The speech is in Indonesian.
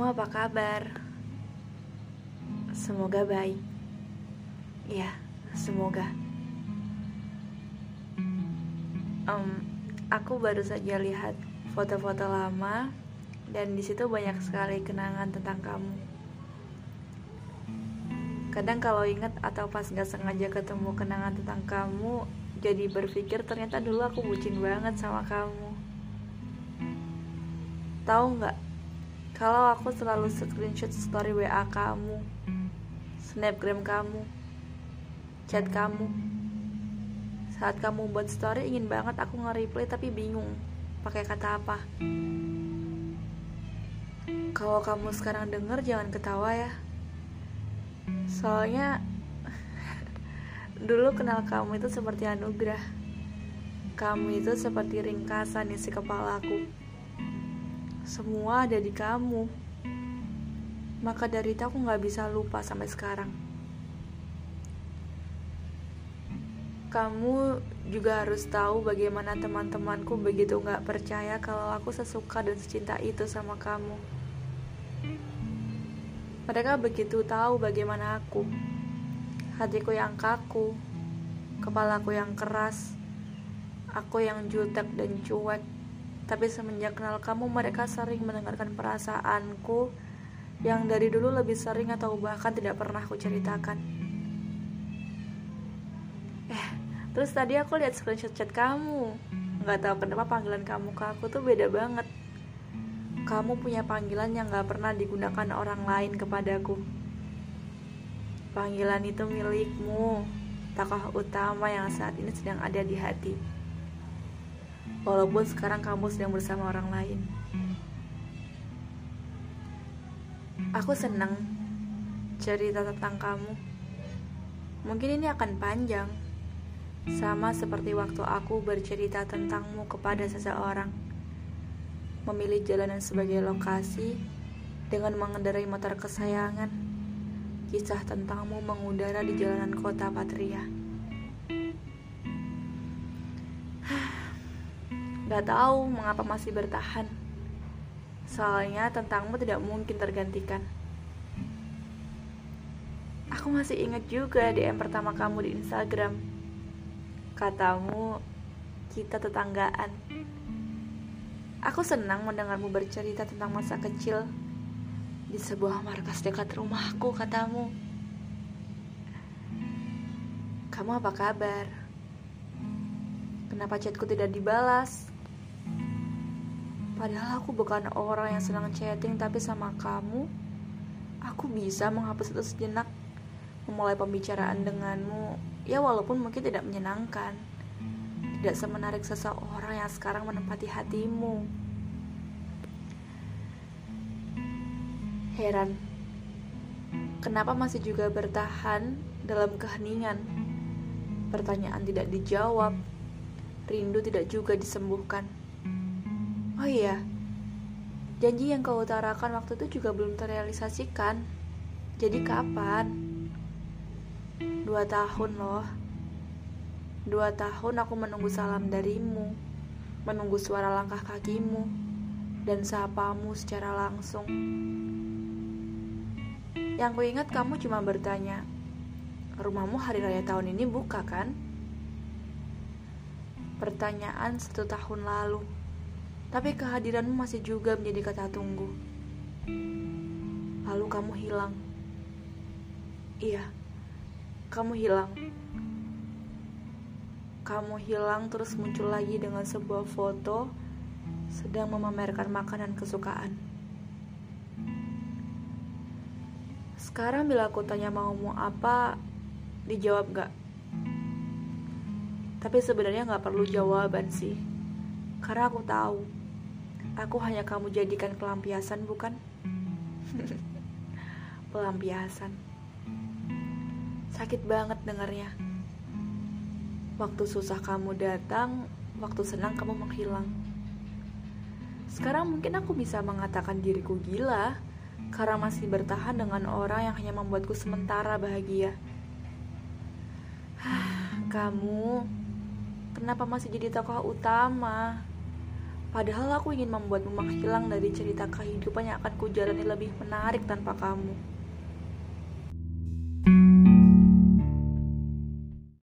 Kamu apa kabar? Semoga baik. Ya, semoga. Aku baru saja lihat foto-foto lama dan di situ banyak sekali kenangan tentang kamu. Kadang kalau ingat atau pas gak sengaja ketemu kenangan tentang kamu, jadi berpikir ternyata dulu aku bucin banget sama kamu. Tahu nggak? Kalau aku selalu screenshot story WA kamu, snapgram kamu, chat kamu. Saat kamu buat story ingin banget aku nge-reply tapi bingung pakai kata apa. Kalau kamu sekarang denger jangan ketawa ya. Soalnya dulu kenal kamu itu seperti anugerah. Kamu itu seperti ringkasan isi kepalaku. Semua ada di kamu. Maka dari itu aku gak bisa lupa sampai sekarang. Kamu juga harus tahu bagaimana teman-temanku begitu gak percaya kalau aku sesuka dan secinta itu sama kamu. Mereka begitu tahu bagaimana aku. Hatiku yang kaku, kepalaku yang keras, aku yang jutek dan cuek. Tapi semenjak kenal kamu, mereka sering mendengarkan perasaanku yang dari dulu lebih sering atau bahkan tidak pernah aku ceritakan. Terus tadi aku lihat screenshot chat kamu. Gak tahu kenapa panggilan kamu ke aku tuh beda banget. Kamu punya panggilan yang gak pernah digunakan orang lain kepadaku. Panggilan itu milikmu, tokoh utama yang saat ini sedang ada di hati. Walaupun sekarang kamu sedang bersama orang lain. Aku senang cerita tentang kamu. Mungkin ini akan panjang, sama seperti waktu aku bercerita tentangmu kepada seseorang. Memilih jalanan sebagai lokasi dengan mengendarai motor kesayangan. Kisah tentangmu mengudara di jalanan kota Patria. Gak tahu mengapa masih bertahan. Soalnya tentangmu tidak mungkin tergantikan. Aku masih ingat juga DM pertama kamu di Instagram. Katamu, kita tetanggaan. Aku senang mendengarmu bercerita tentang masa kecil di sebuah markas dekat rumahku, katamu. Kamu apa kabar? Kenapa chatku tidak dibalas? Padahal aku bukan orang yang senang chatting, tapi sama kamu, aku bisa menghapus itu sejenak, memulai pembicaraan denganmu, ya walaupun mungkin tidak menyenangkan, tidak semenarik seseorang yang sekarang menempati hatimu. Heran, kenapa masih juga bertahan dalam keheningan? Pertanyaan tidak dijawab, rindu tidak juga disembuhkan. Oh iya, janji yang kau utarakan waktu itu juga belum terrealisasikan. Jadi kapan? 2 tahun loh. 2 tahun aku menunggu salam darimu, menunggu suara langkah kakimu, dan sapamu secara langsung. Yang kuingat kamu cuma bertanya, rumahmu hari raya tahun ini buka kan? Pertanyaan 1 tahun lalu. Tapi kehadiranmu masih juga menjadi kata tunggu. Lalu kamu hilang. Iya, kamu hilang. Kamu hilang terus muncul lagi dengan sebuah foto sedang memamerkan makanan kesukaan. Sekarang bila aku tanya maumu apa, dijawab gak? Tapi sebenarnya gak perlu jawaban sih. Karena aku tahu aku hanya kamu jadikan pelampiasan, bukan? Pelampiasan. Sakit banget dengarnya. Waktu susah kamu datang, waktu senang kamu menghilang. Sekarang mungkin aku bisa mengatakan diriku gila karena masih bertahan dengan orang yang hanya membuatku sementara bahagia. Kamu, kenapa masih jadi tokoh utama? Padahal aku ingin membuatmu menghilang dari cerita kehidupan yang akan kujalani lebih menarik tanpa kamu.